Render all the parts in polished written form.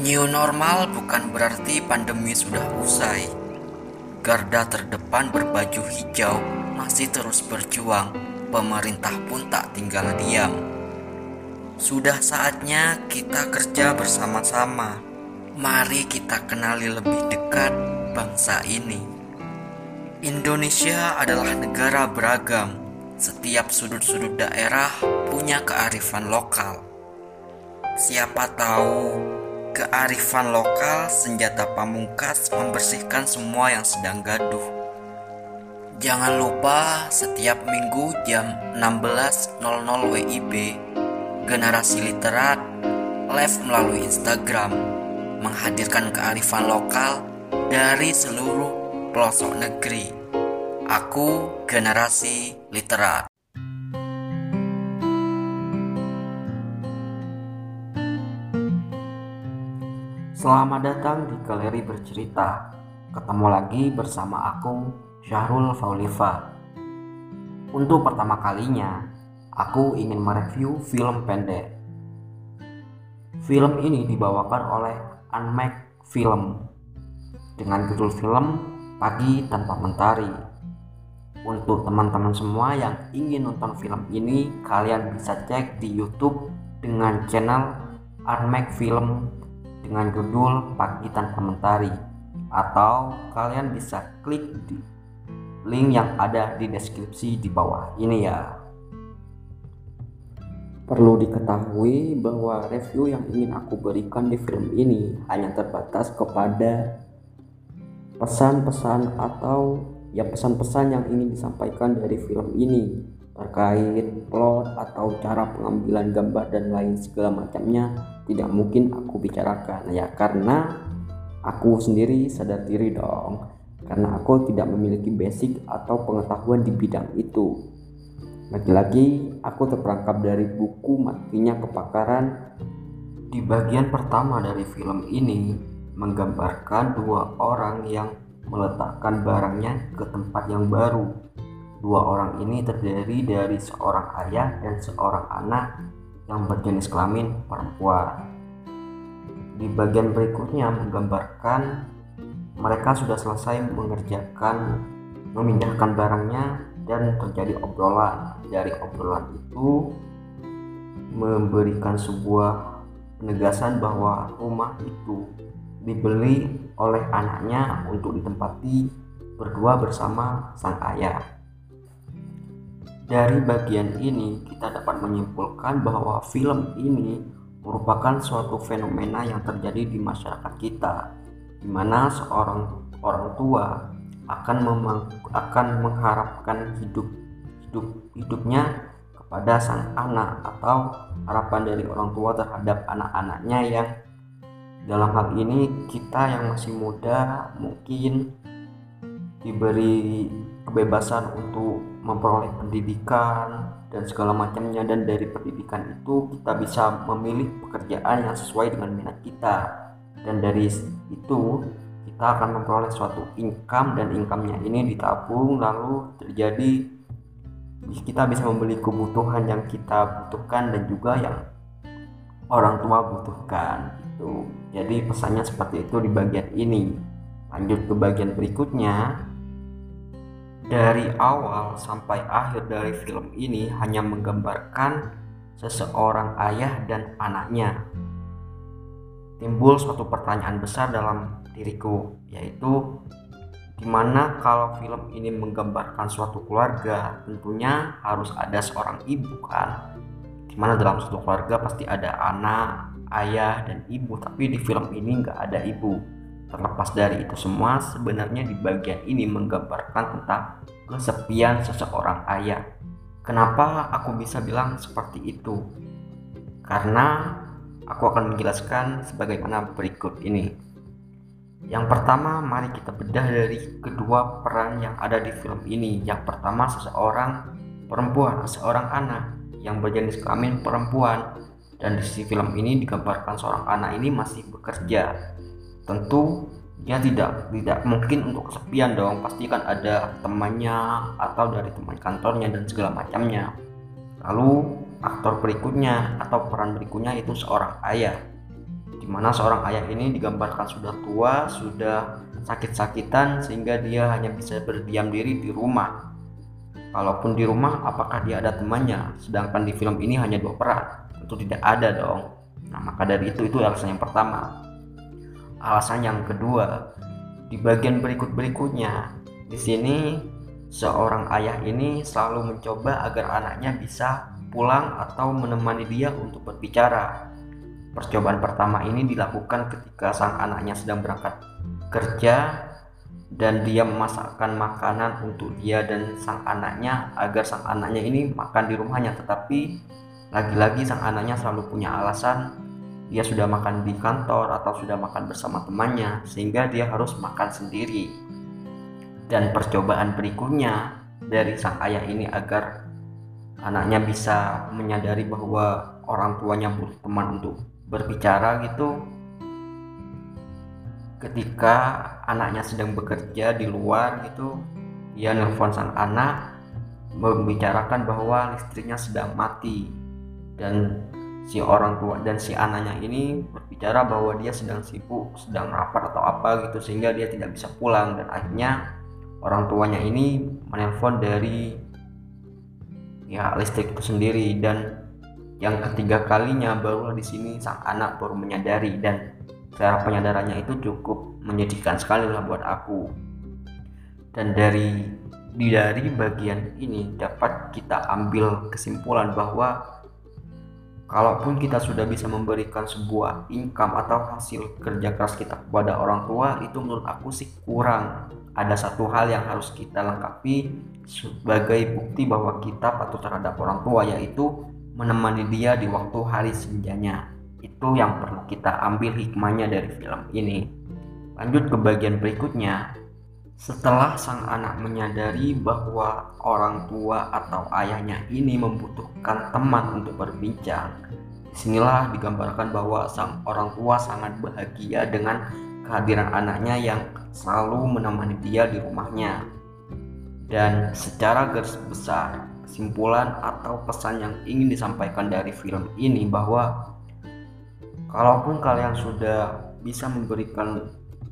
New normal bukan berarti pandemi sudah usai. Garda terdepan berbaju hijau masih terus berjuang. Pemerintah pun tak tinggal diam. Sudah saatnya kita kerja bersama-sama. Mari kita kenali lebih dekat bangsa ini. Indonesia adalah negara beragam. Setiap sudut-sudut daerah punya kearifan lokal. Siapa tahu kearifan lokal senjata pamungkas membersihkan semua yang sedang gaduh. Jangan lupa setiap minggu jam 16.00 WIB Generasi Literat live melalui Instagram menghadirkan kearifan lokal dari seluruh pelosok negeri. Aku Generasi Literat. Selamat datang di Galeri Bercerita. Ketemu lagi bersama aku, Syahrul Faulifa. Untuk pertama kalinya, aku ingin mereview film pendek. Film ini dibawakan oleh Unmax Film dengan judul film Pagi Tanpa Mentari. Untuk teman-teman semua yang ingin nonton film ini, kalian bisa cek di YouTube dengan channel Unmax Film dengan judul Pagi Tanpa Mentari, atau kalian bisa klik di link yang ada di deskripsi di bawah ini ya. Perlu diketahui bahwa review yang ingin aku berikan di film ini hanya terbatas kepada pesan-pesan atau pesan-pesan yang ingin disampaikan dari film ini terkait plot atau cara pengambilan gambar dan lain segala macamnya tidak mungkin aku bicarakan ya, karena aku sendiri sadar diri dong, karena aku tidak memiliki basic atau pengetahuan di bidang itu. Lagi-lagi aku terperangkap dari buku Matinya Kebakaran. Di bagian pertama dari film ini menggambarkan dua orang yang meletakkan barangnya ke tempat yang baru. Dua orang ini terdiri dari seorang ayah dan seorang anak yang berjenis kelamin perempuan. Di bagian berikutnya menggambarkan mereka sudah selesai memindahkan barangnya dan terjadi obrolan. Dari obrolan itu memberikan sebuah penegasan bahwa rumah itu dibeli oleh anaknya untuk ditempati berdua bersama sang ayah. Dari bagian ini kita dapat menyimpulkan bahwa film ini merupakan suatu fenomena yang terjadi di masyarakat kita, di mana seorang orang tua akan mengharapkan hidupnya kepada sang anak, atau harapan dari orang tua terhadap anak-anaknya yang dalam hal ini kita yang masih muda mungkin diberi kebebasan untuk memperoleh pendidikan dan segala macamnya, dan dari pendidikan itu kita bisa memilih pekerjaan yang sesuai dengan minat kita, dan dari itu kita akan memperoleh suatu income, dan income-nya ini ditabung lalu kita bisa membeli kebutuhan yang kita butuhkan dan juga yang orang tua butuhkan itu. Jadi pesannya seperti itu di bagian ini. Lanjut ke bagian berikutnya. Dari awal sampai akhir dari film ini hanya menggambarkan seseorang ayah dan anaknya. Timbul suatu pertanyaan besar dalam diriku, yaitu dimana kalau film ini menggambarkan suatu keluarga, tentunya harus ada seorang ibu kan, dimana dalam suatu keluarga pasti ada anak, ayah, dan ibu, tapi di film ini nggak ada ibu. Terlepas dari itu semua, sebenarnya di bagian ini menggambarkan tentang kesepian seseorang ayah. Kenapa aku bisa bilang seperti itu? Karena aku akan menjelaskan sebagaimana berikut ini. Yang pertama, mari kita bedah dari kedua peran yang ada di film ini. Yang pertama, seseorang perempuan, seorang anak yang berjenis kelamin perempuan, dan di film ini digambarkan seorang anak ini masih bekerja. Tentu dia tidak mungkin untuk kesepian dong, pasti kan ada temannya atau dari teman kantornya dan segala macamnya. Lalu aktor berikutnya atau peran berikutnya itu seorang ayah. di mana seorang ayah ini digambarkan sudah tua, sudah sakit-sakitan sehingga dia hanya bisa berdiam diri di rumah. Kalaupun di rumah, apakah dia ada temannya? Sedangkan di film ini hanya 2 peran, tentu tidak ada dong. Nah, maka dari itu alasan yang pertama. Alasan yang kedua, di bagian berikutnya, di sini seorang ayah ini selalu mencoba agar anaknya bisa pulang atau menemani dia untuk berbicara. Percobaan pertama ini dilakukan ketika sang anaknya sedang berangkat kerja dan dia memasakkan makanan untuk dia dan sang anaknya agar sang anaknya ini makan di rumahnya, tetapi lagi-lagi sang anaknya selalu punya alasan dia sudah makan di kantor atau sudah makan bersama temannya sehingga dia harus makan sendiri. Dan percobaan berikutnya dari sang ayah ini agar anaknya bisa menyadari bahwa orang tuanya butuh teman untuk berbicara gitu, ketika anaknya sedang bekerja di luar gitu, dia nelpon sang anak membicarakan bahwa listriknya sedang mati, dan si orang tua dan si anaknya ini berbicara bahwa dia sedang sibuk, sedang rapat atau apa gitu sehingga dia tidak bisa pulang, dan akhirnya orang tuanya ini menelpon dari listrik itu sendiri. Dan yang ketiga kalinya barulah di sini sang anak baru menyadari, dan cara penyadarannya itu cukup menyedihkan sekali lah buat aku. Dan dari bagian ini dapat kita ambil kesimpulan bahwa kalaupun kita sudah bisa memberikan sebuah income atau hasil kerja keras kita kepada orang tua, itu menurut aku sih kurang. Ada satu hal yang harus kita lengkapi sebagai bukti bahwa kita patuh terhadap orang tua, yaitu menemani dia di waktu hari senjanya. Itu yang perlu kita ambil hikmahnya dari film ini. Lanjut ke bagian berikutnya. Setelah sang anak menyadari bahwa orang tua atau ayahnya ini membutuhkan teman untuk berbincang, disinilah digambarkan bahwa sang orang tua sangat bahagia dengan kehadiran anaknya yang selalu menemani dia di rumahnya. Dan secara garis besar, kesimpulan atau pesan yang ingin disampaikan dari film ini bahwa kalaupun kalian sudah bisa memberikan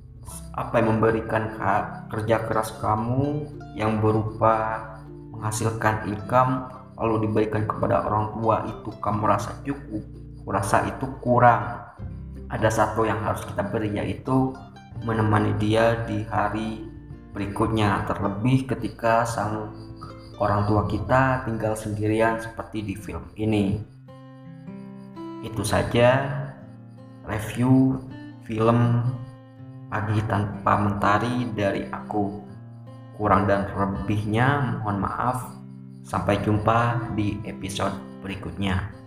kerja keras kamu yang berupa menghasilkan income lalu diberikan kepada orang tua, itu kamu rasa cukup, rasa itu kurang. Ada satu yang harus kita beri, yaitu menemani dia di hari berikutnya, terlebih ketika sang orang tua kita tinggal sendirian seperti di film ini. Itu saja review film Pagi Tanpa Mentari dari aku. Kurang dan lebihnya mohon maaf. Sampai jumpa di episode berikutnya.